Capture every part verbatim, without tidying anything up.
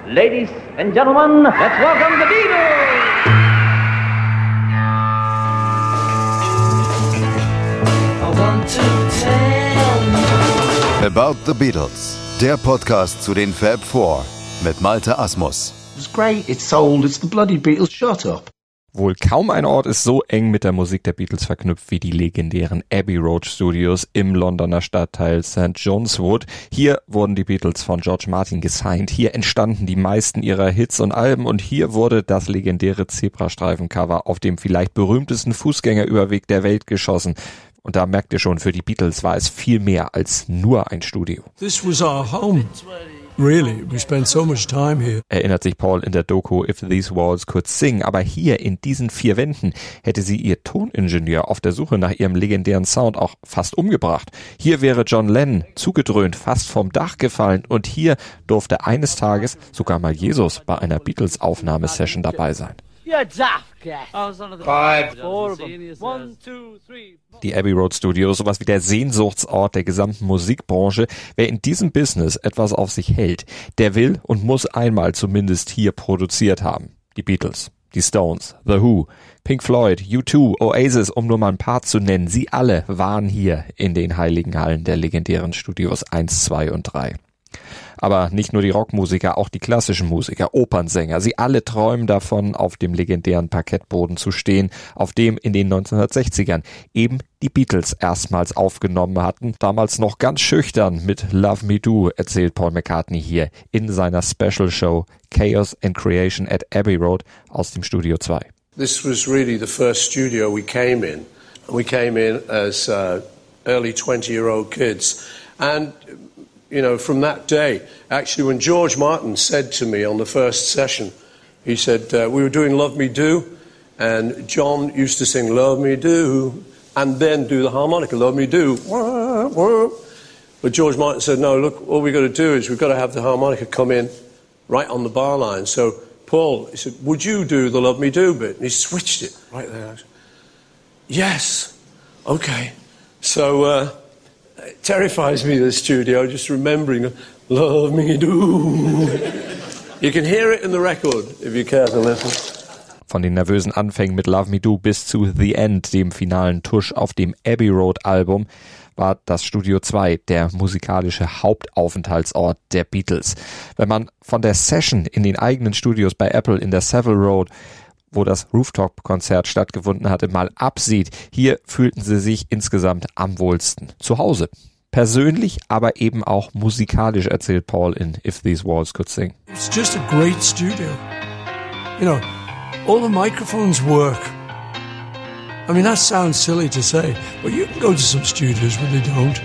Ladies and gentlemen, let's welcome the Beatles! I want to tell you About the Beatles, der Podcast zu den Fab Four mit Malte Asmus. It's great, it's sold, it's the bloody Beatles, shut up. Wohl kaum ein Ort ist so eng mit der Musik der Beatles verknüpft wie die legendären Abbey Road Studios im Londoner Stadtteil Sankt John's Wood. Hier wurden die Beatles von George Martin gesigned, hier entstanden die meisten ihrer Hits und Alben und hier wurde das legendäre Zebrastreifen-Cover auf dem vielleicht berühmtesten Fußgängerüberweg der Welt geschossen. Und da merkt ihr schon, für die Beatles war es viel mehr als nur ein Studio. This was our home. Really, we spent so much time here. Erinnert sich Paul in der Doku If These Walls Could Sing. Aber hier in diesen vier Wänden hätte sie ihr Toningenieur auf der Suche nach ihrem legendären Sound auch fast umgebracht. Hier wäre John Lennon zugedröhnt, fast vom Dach gefallen. Und hier durfte eines Tages sogar mal Jesus bei einer Beatles-Aufnahmesession dabei sein. Die Abbey Road Studios, sowas wie der Sehnsuchtsort der gesamten Musikbranche. Wer in diesem Business etwas auf sich hält, der will und muss einmal zumindest hier produziert haben. Die Beatles, die Stones, The Who, Pink Floyd, U zwei, Oasis, um nur mal ein paar zu nennen. Sie alle waren hier in den heiligen Hallen der legendären Studios eins, zwei und drei. Aber nicht nur die Rockmusiker, auch die klassischen Musiker, Opernsänger, sie alle träumen davon, auf dem legendären Parkettboden zu stehen, auf dem in den neunzehnhundertsechzigern eben die Beatles erstmals aufgenommen hatten. Damals noch ganz schüchtern mit Love Me Do, erzählt Paul McCartney hier in seiner Special Show Chaos and Creation at Abbey Road aus dem Studio zwei. This was really the first studio we came in. We came in as uh, early twenty-year-old kids. And you know, from that day, actually when George Martin said to me on the first session, he said, uh, we were doing Love Me Do, and John used to sing Love Me Do, and then do the harmonica, Love Me Do. But George Martin said, no, look, all we've got to do is we've got to have the harmonica come in right on the bar line. So Paul, he said, would you do the Love Me Do bit? And he switched it right there. Said, yes, okay. So, uh, it terrifies me, the studio, just remembering Love Me Do. You can hear it in the record, if you care to listen. Von den nervösen Anfängen mit Love Me Do bis zu The End, dem finalen Tusch auf dem Abbey Road Album, war das Studio zwei der musikalische Hauptaufenthaltsort der Beatles. Wenn man von der Session in den eigenen Studios bei Apple in der Savile Road, wo das Rooftop-Konzert stattgefunden hatte, mal absieht, hier fühlten sie sich insgesamt am wohlsten zu Hause. Persönlich, aber eben auch musikalisch, erzählt Paul in If These Walls Could Sing. It's just a great studio. You know, all the microphones work. I mean, that sounds silly to say, but you can go to some studios where they don't.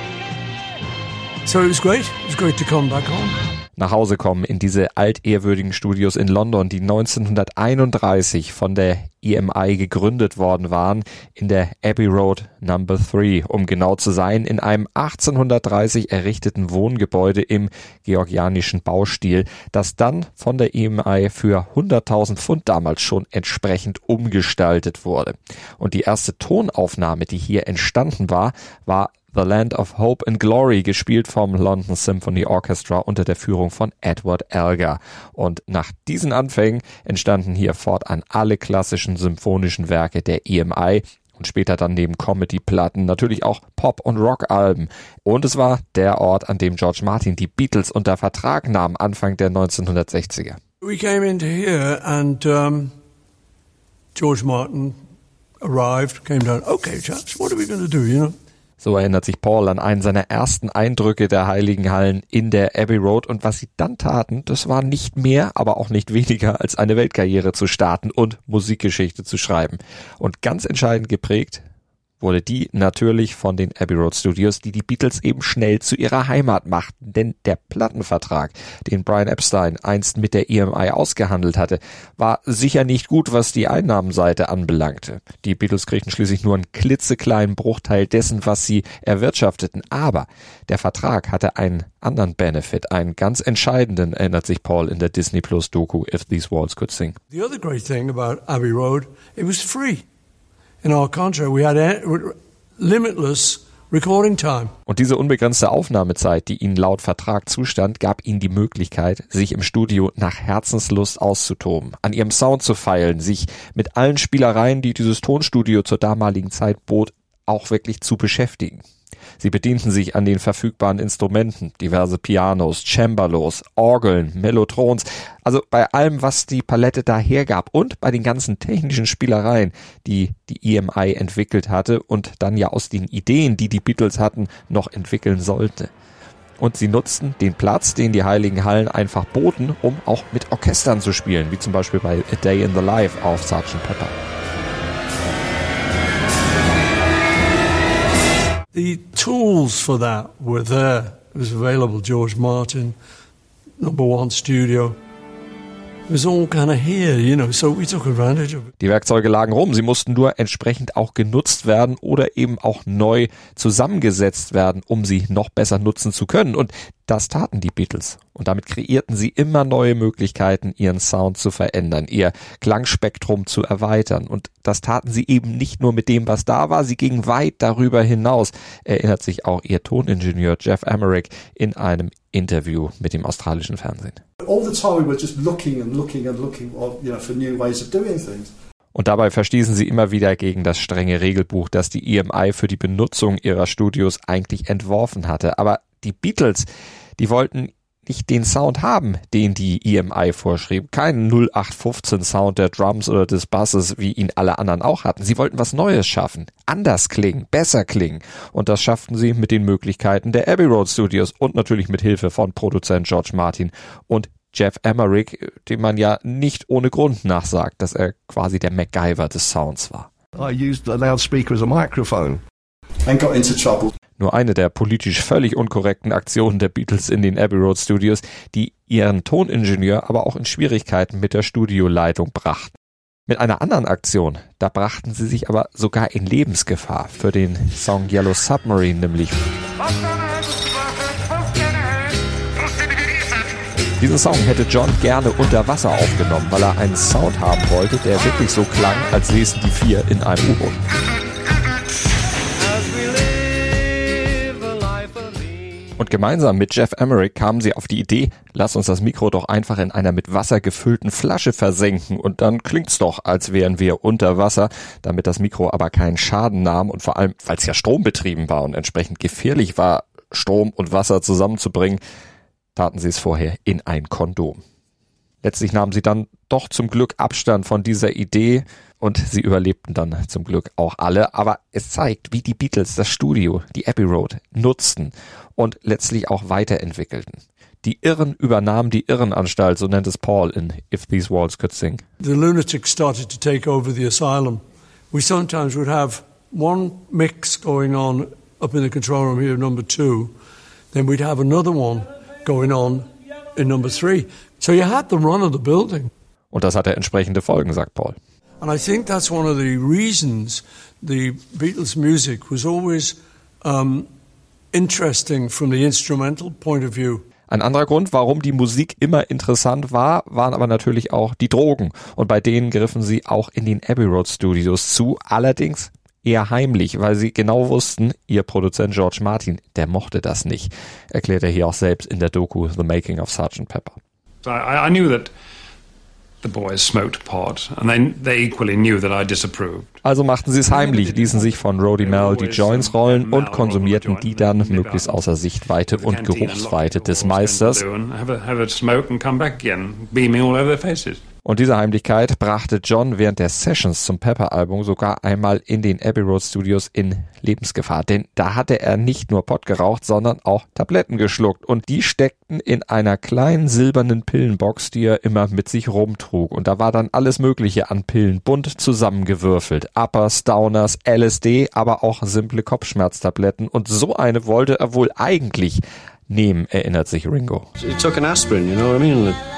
So it was great. It was great to come back home. Nach Hause kommen in diese altehrwürdigen Studios in London, die neunzehnhunderteinunddreißig von der E M I gegründet worden waren, in der Abbey Road Number drei, um genau zu sein, in einem achtzehnhundertdreißig errichteten Wohngebäude im georgianischen Baustil, das dann von der E M I für hunderttausend Pfund damals schon entsprechend umgestaltet wurde. Und die erste Tonaufnahme, die hier entstanden war, war The Land of Hope and Glory, gespielt vom London Symphony Orchestra unter der Führung von Edward Elgar. Und nach diesen Anfängen entstanden hier fortan alle klassischen symphonischen Werke der E M I und später dann neben Comedy-Platten natürlich auch Pop- und Rock-Alben. Und es war der Ort, an dem George Martin die Beatles unter Vertrag nahm, Anfang der neunzehnhundertsechziger. We came into here and um, George Martin arrived, came down, okay chaps, what are we going to do, you know? So erinnert sich Paul an einen seiner ersten Eindrücke der Heiligen Hallen in der Abbey Road. Und was sie dann taten, das war nicht mehr, aber auch nicht weniger, als eine Weltkarriere zu starten und Musikgeschichte zu schreiben. Und ganz entscheidend geprägt wurde die natürlich von den Abbey Road Studios, die die Beatles eben schnell zu ihrer Heimat machten. Denn der Plattenvertrag, den Brian Epstein einst mit der E M I ausgehandelt hatte, war sicher nicht gut, was die Einnahmenseite anbelangte. Die Beatles kriegten schließlich nur einen klitzekleinen Bruchteil dessen, was sie erwirtschafteten. Aber der Vertrag hatte einen anderen Benefit, einen ganz entscheidenden, erinnert sich Paul in der Disney Plus Doku If These Walls Could Sing. The other great thing about Abbey Road, it was free. In our contract, we had limitless recording time. Und diese unbegrenzte Aufnahmezeit, die ihnen laut Vertrag zustand, gab ihnen die Möglichkeit, sich im Studio nach Herzenslust auszutoben, an ihrem Sound zu feilen, sich mit allen Spielereien, die dieses Tonstudio zur damaligen Zeit bot, auch wirklich zu beschäftigen. Sie bedienten sich an den verfügbaren Instrumenten, diverse Pianos, Cembalos, Orgeln, Mellotrons, also bei allem, was die Palette da hergab und bei den ganzen technischen Spielereien, die die E M I entwickelt hatte und dann ja aus den Ideen, die die Beatles hatten, noch entwickeln sollte. Und sie nutzten den Platz, den die Heiligen Hallen einfach boten, um auch mit Orchestern zu spielen, wie zum Beispiel bei A Day in the Life auf Sergeant Pepper. The tools for that were there. It was available. George Martin, Number One Studio. It was all kind of here, you know, so we took advantage of it. Die Werkzeuge lagen rum, sie mussten nur entsprechend auch genutzt werden oder eben auch neu zusammengesetzt werden, um sie noch besser nutzen zu können. Und das taten die Beatles. Und damit kreierten sie immer neue Möglichkeiten, ihren Sound zu verändern, ihr Klangspektrum zu erweitern. Und das taten sie eben nicht nur mit dem, was da war, sie gingen weit darüber hinaus, erinnert sich auch ihr Toningenieur Geoff Emerick in einem Interview mit dem australischen Fernsehen. All the time we were just looking and looking and looking, you know, for new ways of doing things. Und dabei verstießen sie immer wieder gegen das strenge Regelbuch, das die E M I für die Benutzung ihrer Studios eigentlich entworfen hatte. Aber die Beatles, die wollten nicht den Sound haben, den die E M I vorschrieb. Keinen null acht fünfzehn Sound der Drums oder des Basses, wie ihn alle anderen auch hatten. Sie wollten was Neues schaffen, anders klingen, besser klingen. Und das schafften sie mit den Möglichkeiten der Abbey Road Studios und natürlich mit Hilfe von Produzent George Martin und Geoff Emerick, dem man ja nicht ohne Grund nachsagt, dass er quasi der MacGyver des Sounds war. I used the loudspeaker as a microphone. And got into trouble. Nur eine der politisch völlig unkorrekten Aktionen der Beatles in den Abbey Road Studios, die ihren Toningenieur aber auch in Schwierigkeiten mit der Studioleitung brachten. Mit einer anderen Aktion, da brachten sie sich aber sogar in Lebensgefahr für den Song Yellow Submarine nämlich. Diesen Song hätte John gerne unter Wasser aufgenommen, weil er einen Sound haben wollte, der wirklich so klang, als säßen die vier in einem U-Boot. Und gemeinsam mit Geoff Emerick kamen sie auf die Idee, lass uns das Mikro doch einfach in einer mit Wasser gefüllten Flasche versenken und dann klingt's doch, als wären wir unter Wasser, damit das Mikro aber keinen Schaden nahm und vor allem, weil es ja strombetrieben war und entsprechend gefährlich war, Strom und Wasser zusammenzubringen, taten sie es vorher in ein Kondom. Letztlich nahmen sie dann doch zum Glück Abstand von dieser Idee und sie überlebten dann zum Glück auch alle. Aber es zeigt, wie die Beatles das Studio, die Abbey Road, nutzten und letztlich auch weiterentwickelten. Die Irren übernahmen die Irrenanstalt, so nennt es Paul in If These Walls Could Sing. The lunatics started to take over the asylum. We sometimes would have one mix going on up in the control room here, number two. Then we'd have another one going on in number three. So you had the run of the building. Und das hatte entsprechende Folgen, sagt Paul. And I think that's one of the reasons the Beatles' music was always um, interesting from the instrumental point of view. Ein anderer Grund, warum die Musik immer interessant war, waren aber natürlich auch die Drogen. Und bei denen griffen sie auch in den Abbey Road Studios zu. Allerdings eher heimlich, weil sie genau wussten, ihr Produzent George Martin, der mochte das nicht. Erklärt er hier auch selbst in der Doku The Making of Sergeant Pepper. So I, I knew that the boys smoked pot, and they, they equally knew that I disapproved. Also machten sie es heimlich, ließen sich von Roddy Mel die Joints rollen und konsumierten die dann möglichst außer Sichtweite und Geruchsweite des Meisters. Und diese Heimlichkeit brachte John während der Sessions zum Pepper-Album sogar einmal in den Abbey Road Studios in Lebensgefahr. Denn da hatte er nicht nur Pot geraucht, sondern auch Tabletten geschluckt. Und die steckten in einer kleinen silbernen Pillenbox, die er immer mit sich rumtrug. Und da war dann alles Mögliche an Pillen bunt zusammengewürfelt. Uppers, Downers, L S D, aber auch simple Kopfschmerztabletten. Und so eine wollte er wohl eigentlich nehmen, erinnert sich Ringo. He took an aspirin, you know what I mean?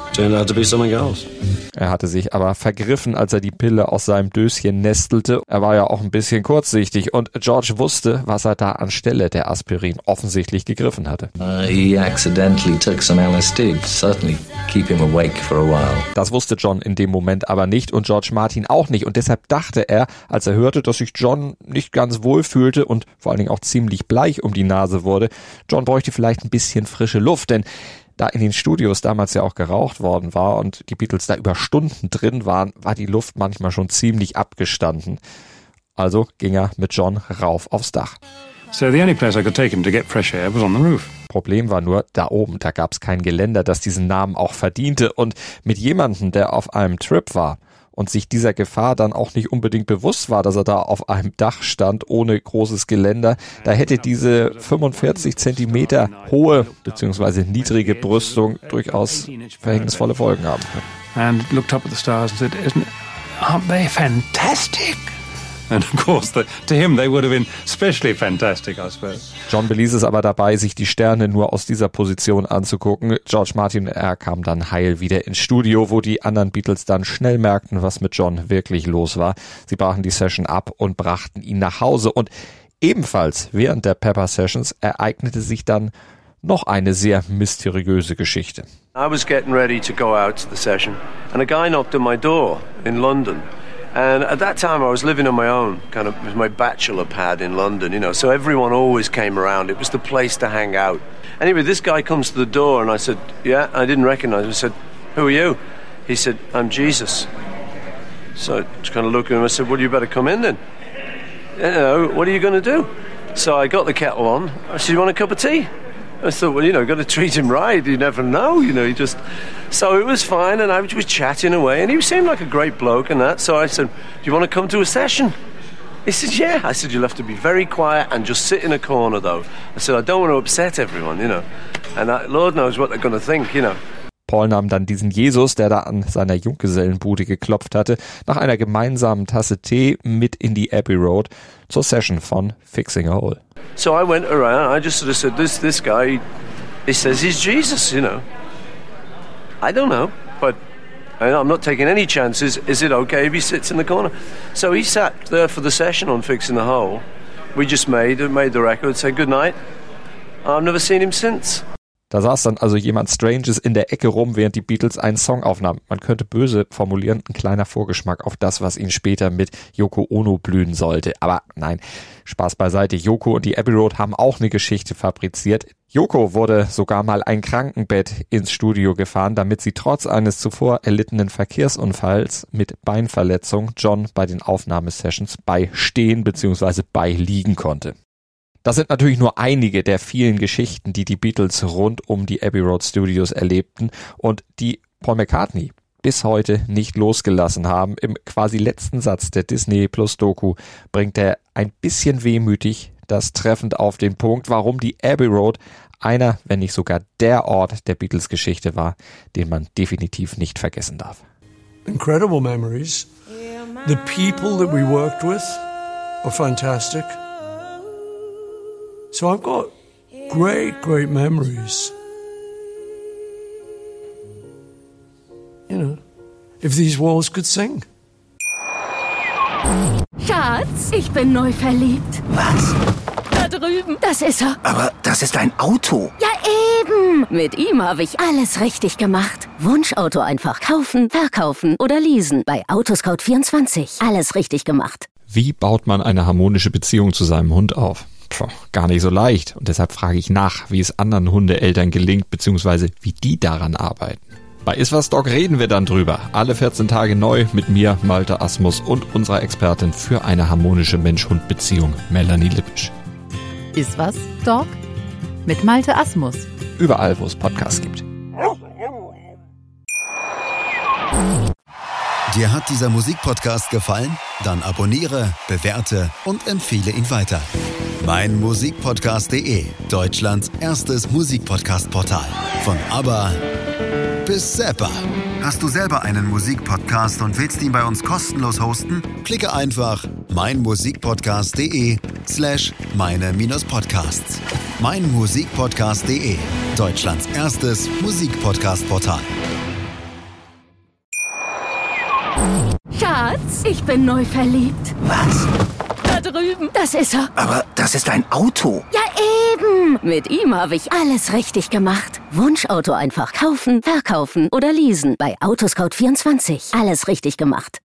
Turned out to be something else. Er hatte sich aber vergriffen, als er die Pille aus seinem Döschen nestelte. Er war ja auch ein bisschen kurzsichtig und George wusste, was er da anstelle der Aspirin offensichtlich gegriffen hatte. Uh, he accidentally took some L S D. Certainly keep him awake for a while. Das wusste John in dem Moment aber nicht und George Martin auch nicht. Und deshalb dachte er, als er hörte, dass sich John nicht ganz wohl fühlte und vor allen Dingen auch ziemlich bleich um die Nase wurde, John bräuchte vielleicht ein bisschen frische Luft, denn da in den Studios damals ja auch geraucht worden war und die Beatles da über Stunden drin waren, war die Luft manchmal schon ziemlich abgestanden. Also ging er mit John rauf aufs Dach. So the only place I could take him to get fresh air was on the roof. Problem war nur, da oben, da gab es kein Geländer, das diesen Namen auch verdiente. Und mit jemandem, der auf einem Trip war und sich dieser Gefahr dann auch nicht unbedingt bewusst war, dass er da auf einem Dach stand, ohne großes Geländer, da hätte diese fünfundvierzig Zentimeter hohe bzw. niedrige Brüstung durchaus verhängnisvolle Folgen haben. And looked up at the stars and said, Isn't, aren't they fantastic? And of course, the, to him they would have been especially fantastic, I suppose. John beließ es aber dabei, sich die Sterne nur aus dieser Position anzugucken. George Martin und er kamen dann heil wieder ins Studio, wo die anderen Beatles dann schnell merkten, was mit John wirklich los war. Sie brachen die Session ab und brachten ihn nach Hause. Und ebenfalls während der Pepper Sessions ereignete sich dann noch eine sehr mysteriöse Geschichte. I was getting ready to go out to the session and a guy knocked on my door in London. And at that time I was living on my own, kind of with my bachelor pad in London, you know, so everyone always came around. It was the place to hang out. Anyway, this guy comes to the door and I said, yeah, I didn't recognize him. I said, who are you? He said, I'm Jesus. So I just kind of looked at him and I said, well, you better come in then. You know, what are you going to do? So I got the kettle on. I said, you want a cup of tea? I thought, well, you know, got to treat him right. You never know, you know. You just so it was fine, and I was chatting away, and he seemed like a great bloke and that. So I said, "Do you want to come to a session?" He said, "Yeah." I said, "You'll have to be very quiet and just sit in a corner, though." I said, "I don't want to upset everyone, you know, and I, Lord knows what they're going to think, you know." Paul nahm dann diesen Jesus, der da an seiner Junggesellenbude geklopft hatte, nach einer gemeinsamen Tasse Tee mit in die Abbey Road zur Session von Fixing a Hole. So I went around, I just sort of said, this this guy, he says he's Jesus, you know. I don't know, but I'm not taking any chances. Is it okay if he sits in the corner? So he sat there for the session on Fixing the Hole. We just made made the record, said good night. I've never seen him since. Da saß dann also jemand Stranges in der Ecke rum, während die Beatles einen Song aufnahmen. Man könnte böse formulieren, ein kleiner Vorgeschmack auf das, was ihnen später mit Yoko Ono blühen sollte. Aber nein, Spaß beiseite. Yoko und die Abbey Road haben auch eine Geschichte fabriziert. Yoko wurde sogar mal ein Krankenbett ins Studio gefahren, damit sie trotz eines zuvor erlittenen Verkehrsunfalls mit Beinverletzung John bei den Aufnahmesessions beistehen bzw. beiliegen konnte. Das sind natürlich nur einige der vielen Geschichten, die die Beatles rund um die Abbey Road Studios erlebten und die Paul McCartney bis heute nicht losgelassen haben. Im quasi letzten Satz der Disney Plus Doku bringt er ein bisschen wehmütig das treffend auf den Punkt, warum die Abbey Road einer, wenn nicht sogar der Ort der Beatles Geschichte war, den man definitiv nicht vergessen darf. Incredible memories. The people that we worked with were fantastic. So I've got great, great memories. You know, if these walls could sing. Schatz, ich bin neu verliebt. Was? Da drüben. Das ist er. Aber das ist ein Auto. Ja, eben. Mit ihm habe ich alles richtig gemacht. Wunschauto einfach kaufen, verkaufen oder leasen. Bei Autoscout vierundzwanzig. Alles richtig gemacht. Wie baut man eine harmonische Beziehung zu seinem Hund auf? Puh, gar nicht so leicht. Und deshalb frage ich nach, wie es anderen Hundeeltern gelingt, beziehungsweise wie die daran arbeiten. Bei Iswas Dog reden wir dann drüber. Alle vierzehn Tage neu mit mir, Malte Asmus und unserer Expertin für eine harmonische Mensch-Hund-Beziehung, Melanie Lippisch. Iswas Dog mit Malte Asmus. Überall, wo es Podcasts gibt. Dir hat dieser Musikpodcast gefallen? Dann abonniere, bewerte und empfehle ihn weiter. mein Musikpodcast punkt de, Deutschlands erstes Musikpodcast-Portal. Von ABBA bis Zappa. Hast du selber einen Musikpodcast und willst ihn bei uns kostenlos hosten? Klicke einfach meinmusikpodcast.de slash meine-podcasts. mein Musikpodcast punkt de, Deutschlands erstes Musikpodcast-Portal. Schatz, ich bin neu verliebt. Was? Da drüben. Das ist er. Aber das ist ein Auto. Ja, eben. Mit ihm habe ich alles richtig gemacht. Wunschauto einfach kaufen, verkaufen oder leasen. Bei Autoscout vierundzwanzig. Alles richtig gemacht.